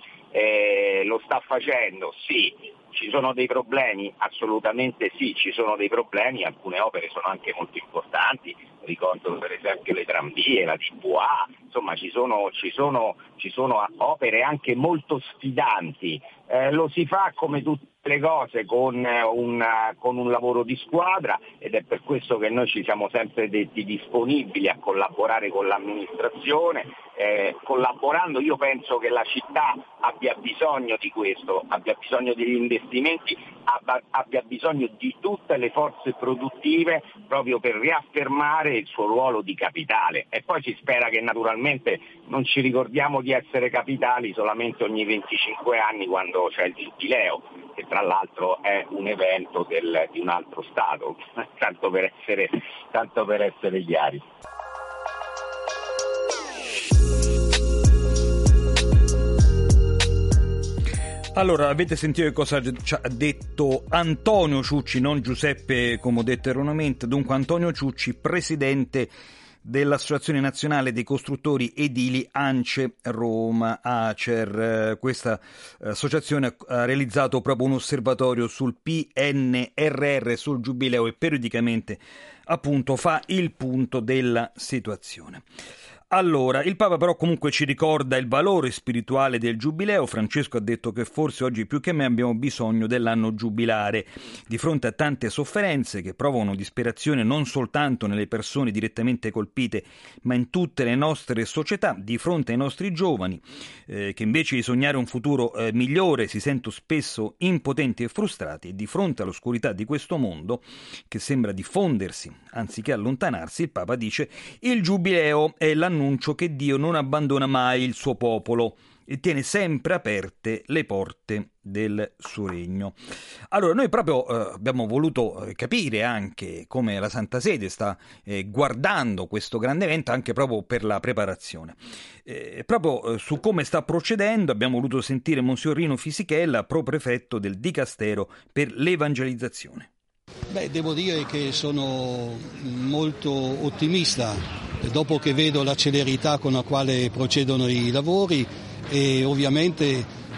[SPEAKER 20] Eh, lo sta facendo, sì. Ci sono dei problemi? Assolutamente sì, ci sono dei problemi, alcune opere sono anche molto importanti, ricordo per esempio le tramvie, la T V A, insomma ci sono, ci sono, ci sono opere anche molto sfidanti, eh, lo si fa come tutte le cose con un, con un lavoro di squadra ed è per questo che noi ci siamo sempre detti disponibili a collaborare con l'amministrazione, eh, collaborando io penso che la città abbia bisogno di questo, abbia bisogno degli investimenti, abbia, abbia bisogno di tutte le forze produttive proprio per riaffermare il suo ruolo di capitale e poi si spera che naturalmente non ci ricordiamo di essere capitali solamente ogni venticinque anni quando c'è il giubileo, che tra l'altro è un evento del, di un altro Stato, tanto per essere, tanto per essere chiari.
[SPEAKER 7] Allora, avete sentito che cosa ci ha detto Antonio Ciucci, non Giuseppe come ho detto erroneamente, dunque Antonio Ciucci, presidente dell'Associazione Nazionale dei Costruttori Edili ANCE Roma Acer. Questa associazione ha realizzato proprio un osservatorio sul P N R R, sul giubileo e periodicamente appunto fa il punto della situazione. Allora, il Papa però comunque ci ricorda il valore spirituale del giubileo. Francesco ha detto che forse oggi più che mai abbiamo bisogno dell'anno giubilare. Di fronte a tante sofferenze che provano disperazione non soltanto nelle persone direttamente colpite, ma in tutte le nostre società, di fronte ai nostri giovani, eh, che invece di sognare un futuro eh, migliore si sentono spesso impotenti e frustrati, e di fronte all'oscurità di questo mondo, che sembra diffondersi anziché allontanarsi, il Papa dice: il giubileo è l'anno annuncio che Dio non abbandona mai il suo popolo e tiene sempre aperte le porte del suo regno. Allora, noi proprio eh, abbiamo voluto capire anche come la Santa Sede sta eh, guardando questo grande evento, anche proprio per la preparazione. Eh, proprio eh, su come sta procedendo abbiamo voluto sentire Monsignor Rino Fisichella, pro-prefetto del Dicastero per l'Evangelizzazione.
[SPEAKER 21] Beh, devo dire che sono molto ottimista dopo che vedo la celerità con la quale procedono i lavori e ovviamente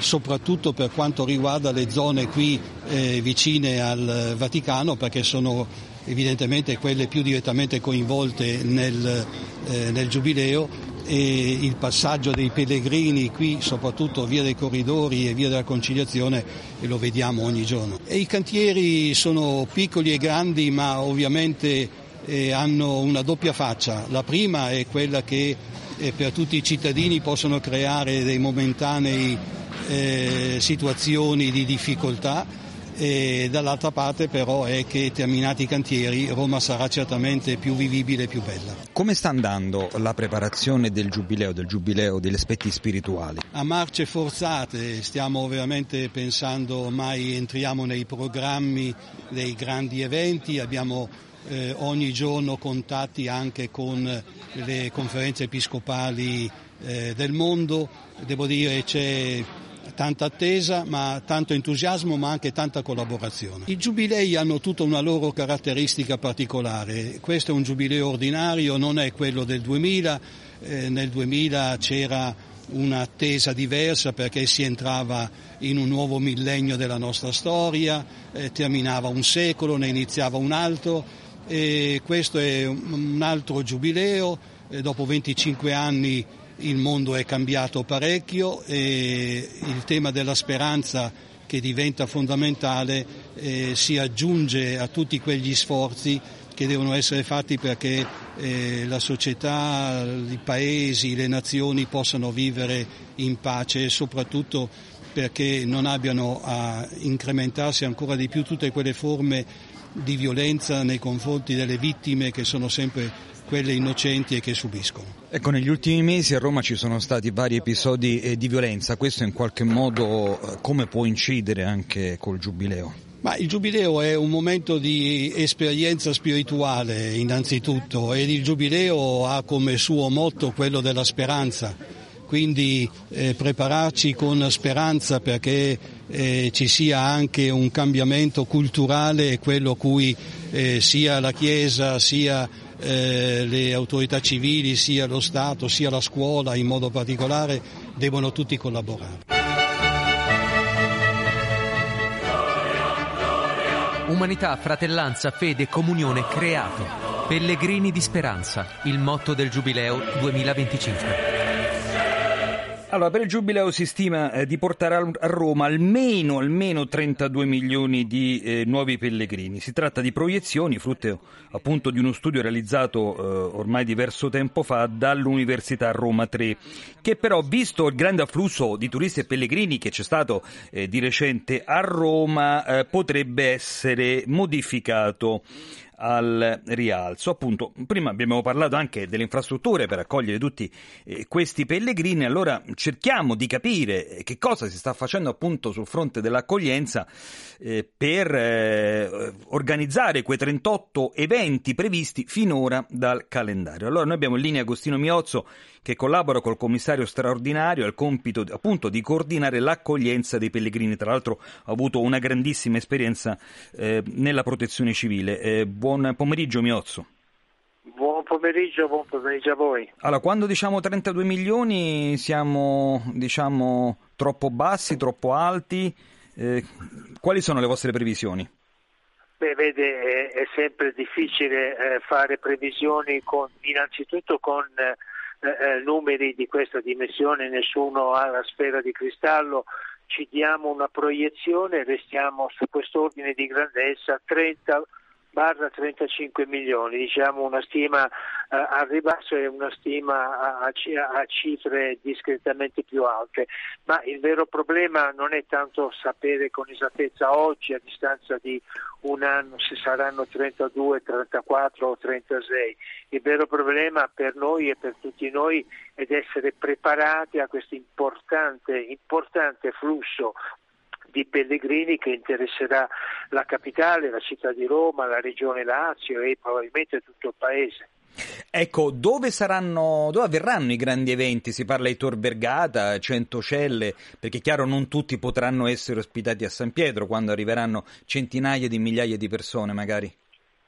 [SPEAKER 21] soprattutto per quanto riguarda le zone qui eh, vicine al Vaticano, perché sono evidentemente quelle più direttamente coinvolte nel, eh, nel Giubileo, e il passaggio dei pellegrini qui, soprattutto via dei Corridori e via della Conciliazione, e lo vediamo ogni giorno. E i cantieri sono piccoli e grandi, ma ovviamente eh, hanno una doppia faccia. La prima è quella che eh, per tutti i cittadini possono creare dei momentanei eh, situazioni di difficoltà, e dall'altra parte però è che terminati i cantieri Roma sarà certamente più vivibile e più bella.
[SPEAKER 13] Come sta andando la preparazione del Giubileo, del Giubileo degli aspetti spirituali?
[SPEAKER 21] A marce forzate, stiamo veramente pensando, ormai entriamo nei programmi dei grandi eventi, abbiamo eh, ogni giorno contatti anche con le conferenze episcopali eh, del mondo, devo dire c'è tanta attesa, ma tanto entusiasmo, ma anche tanta collaborazione. I giubilei hanno tutta una loro caratteristica particolare. Questo è un giubileo ordinario, non è quello del duemila. Eh, nel duemila c'era un'attesa diversa perché si entrava in un nuovo millennio della nostra storia, eh, terminava un secolo, ne iniziava un altro. E questo è un altro giubileo. Eh, dopo venticinque anni il mondo è cambiato parecchio e il tema della speranza, che diventa fondamentale, eh, si aggiunge a tutti quegli sforzi che devono essere fatti perché eh, la società, i paesi, le nazioni possano vivere in pace, e soprattutto perché non abbiano a incrementarsi ancora di più tutte quelle forme di violenza nei confronti delle vittime, che sono sempre quelle innocenti e che subiscono.
[SPEAKER 13] Ecco, negli ultimi mesi a Roma ci sono stati vari episodi eh, di violenza. Questo in qualche modo eh, come può incidere anche col Giubileo?
[SPEAKER 21] Ma il Giubileo è un momento di esperienza spirituale innanzitutto, ed il Giubileo ha come suo motto quello della speranza. Quindi eh, prepararci con speranza perché eh, ci sia anche un cambiamento culturale, quello a cui eh, sia la Chiesa, sia eh, le autorità civili, sia lo Stato, sia la scuola in modo particolare devono tutti collaborare.
[SPEAKER 1] Umanità, fratellanza, fede, comunione, creato. Pellegrini di speranza, il motto del Giubileo duemilaventicinque.
[SPEAKER 7] Allora, per il Giubileo si stima eh, di portare a Roma almeno, almeno trentadue milioni di eh, nuovi pellegrini. Si tratta di proiezioni, frutto appunto di uno studio realizzato eh, ormai diverso tempo fa dall'Università Roma tre, che però, visto il grande afflusso di turisti e pellegrini che c'è stato eh, di recente a Roma, eh, potrebbe essere modificato al rialzo. Appunto, prima abbiamo parlato anche delle infrastrutture per accogliere tutti eh, questi pellegrini. Allora cerchiamo di capire che cosa si sta facendo appunto sul fronte dell'accoglienza eh, per eh, organizzare quei trentotto eventi previsti finora dal calendario. Allora noi abbiamo in linea Agostino Miozzo, che collabora col commissario straordinario, ha il compito appunto di coordinare l'accoglienza dei pellegrini. Tra l'altro ha avuto una grandissima esperienza eh, nella protezione civile. Eh, buon pomeriggio Miozzo.
[SPEAKER 15] Buon pomeriggio, buon pomeriggio a voi.
[SPEAKER 7] Allora, quando diciamo trentadue milioni siamo, diciamo, troppo bassi, troppo alti? Eh, quali sono le vostre previsioni?
[SPEAKER 15] Beh, vede, è, è sempre difficile eh, fare previsioni con, innanzitutto con eh, eh, numeri di questa dimensione, nessuno ha la sfera di cristallo, ci diamo una proiezione, restiamo su quest'ordine di grandezza, trenta barra trentacinque milioni, diciamo una stima eh, al ribasso e una stima a, a, a cifre discretamente più alte, ma il vero problema non è tanto sapere con esattezza oggi, a distanza di un anno, se saranno trentadue, trentaquattro o trentasei. Il vero problema per noi e per tutti noi è essere preparati a questo importante, importante flusso di pellegrini che interesserà la capitale, la città di Roma, la regione Lazio e probabilmente tutto il paese.
[SPEAKER 7] Ecco, dove saranno, dove avverranno i grandi eventi? Si parla di Tor Vergata, Centocelle, perché è chiaro non tutti potranno essere ospitati a San Pietro quando arriveranno centinaia di migliaia di persone magari.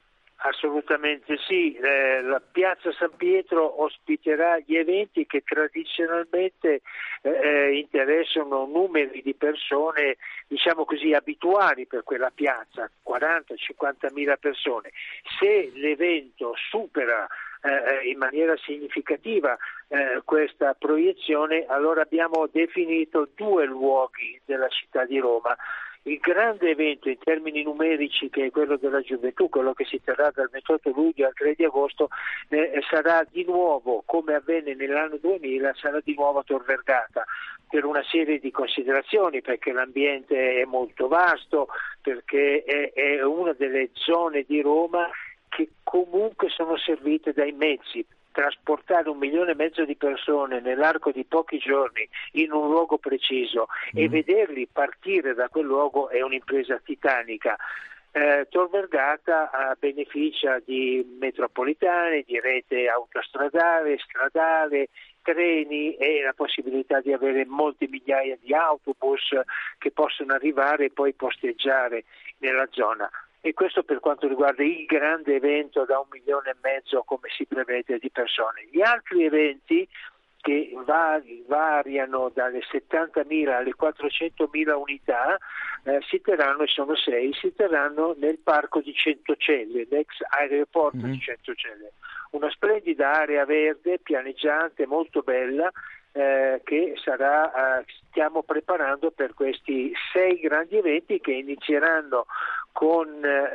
[SPEAKER 2] Assolutamente sì, eh, la piazza San Pietro ospiterà gli eventi che tradizionalmente eh, interessano numeri di persone, diciamo così, abituali per quella piazza, quaranta cinquanta mila persone. Se l'evento supera eh, in maniera significativa eh, questa proiezione, allora abbiamo definito due luoghi della città di Roma. Il grande evento in termini numerici, che è quello della gioventù, quello che si terrà dal ventotto luglio al tre di agosto, eh, sarà di nuovo, come avvenne nell'anno duemila, sarà di nuovo a Tor Vergata, per una serie di considerazioni, perché l'ambiente è molto vasto, perché è, è una delle zone di Roma che comunque sono servite dai mezzi. Trasportare un milione e mezzo di persone nell'arco di pochi giorni in un luogo preciso mm. e vederli partire da quel luogo è un'impresa titanica. Eh, Tor Vergata eh, beneficia di metropolitane, di rete autostradale, stradale, treni e la possibilità di avere molte migliaia di autobus che possono arrivare e poi posteggiare nella zona. E questo per quanto riguarda il grande evento da un milione e mezzo, come si prevede, di persone. Gli altri eventi, che vari, variano dalle settantamila alle quattrocentomila unità, eh, si terranno, e sono sei, si terranno nel parco di Centocelle, l'ex aeroporto mm-hmm. di Centocelle. Una splendida area verde, pianeggiante, molto bella, Eh, che sarà, eh, stiamo preparando per questi sei grandi eventi che inizieranno con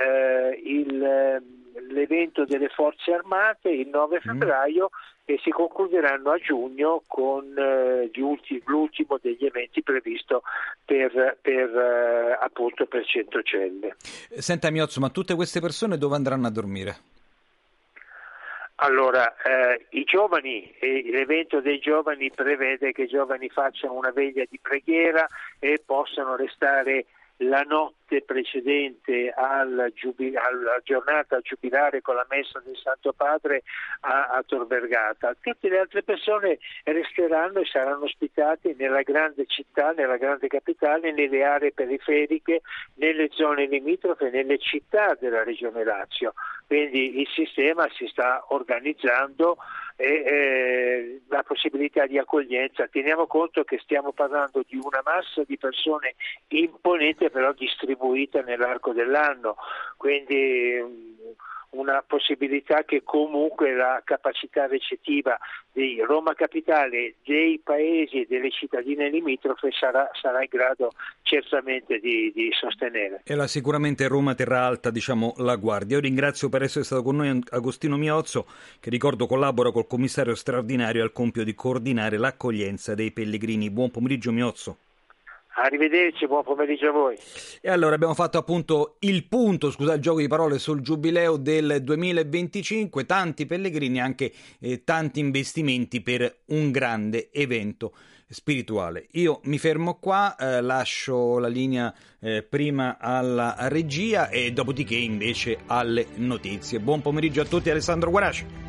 [SPEAKER 2] eh, il, l'evento delle forze armate il nove febbraio mm. e si concluderanno a giugno con eh, gli ultimi, l'ultimo degli eventi previsto per, per eh, appunto per Centocelle.
[SPEAKER 7] Senta Miozzo, ma tutte queste persone dove andranno a dormire?
[SPEAKER 2] Allora, eh, i giovani, eh, l'evento dei giovani prevede che i giovani facciano una veglia di preghiera e possano restare la notte precedente al giubil- alla giornata giubilare con la messa del Santo Padre a, a Tor Vergata. Tutte le altre persone resteranno e saranno ospitate nella grande città, nella grande capitale, nelle aree periferiche, nelle zone limitrofe, nelle città della Regione Lazio. Quindi il sistema si sta organizzando e eh, la possibilità di accoglienza. Teniamo conto che stiamo parlando di una massa di persone imponente, però distribuita nell'arco dell'anno, quindi una possibilità che comunque la capacità recettiva di Roma Capitale, dei paesi e delle cittadine limitrofe sarà, sarà in grado certamente di, di sostenere.
[SPEAKER 7] E la, sicuramente Roma terrà alta, diciamo, la guardia. Io ringrazio per essere stato con noi Agostino Miozzo, che ricordo collabora col commissario straordinario al compito di coordinare l'accoglienza dei pellegrini. Buon pomeriggio Miozzo.
[SPEAKER 2] Arrivederci, buon pomeriggio a voi.
[SPEAKER 7] E allora abbiamo fatto appunto il punto, scusa il gioco di parole, sul giubileo del duemilaventicinque, tanti pellegrini, anche eh, tanti investimenti per un grande evento spirituale. Io mi fermo qua, eh, lascio la linea eh, prima alla regia e dopodiché invece alle notizie. Buon pomeriggio a tutti, Alessandro Guaraci.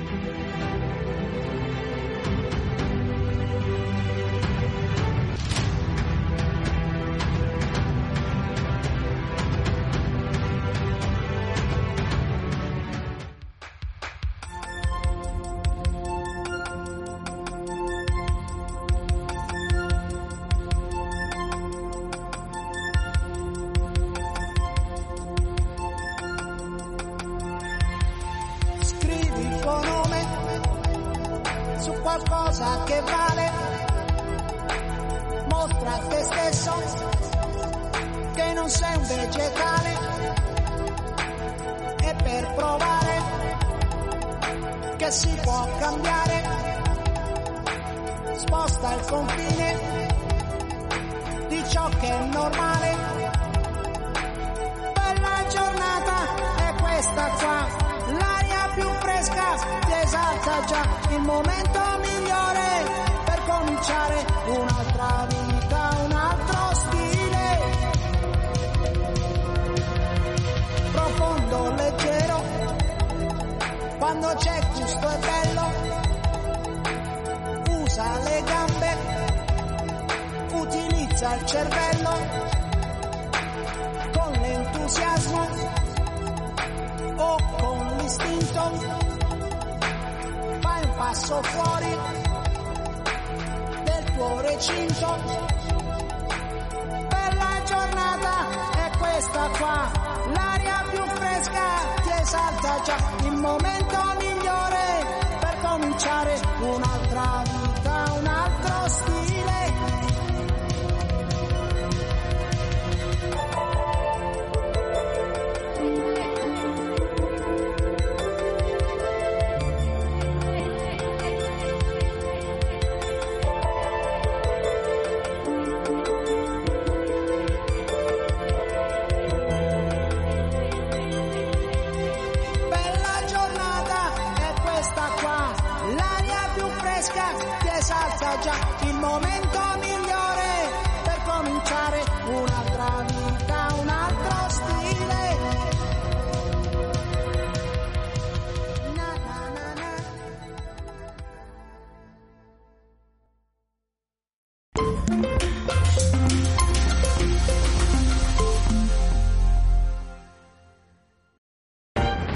[SPEAKER 16] Qualcosa che vale, mostra a te stesso che non sei un vegetale, e per provare che si può cambiare, sposta il confine di ciò che è normale. Bella giornata è questa qua, l'aria più fresca ti esalta già, il momento migliore per cominciare un'altra vita, un altro stile, profondo, leggero, quando c'è gusto è bello, usa le gambe, utilizza il cervello, con l'entusiasmo o con istinto, fai un passo fuori del tuo recinto. Bella giornata è questa qua, l'aria più fresca ti esalta già, il momento migliore per cominciare un'altra vita, un altro stile. Ti esalta già, il momento migliore per cominciare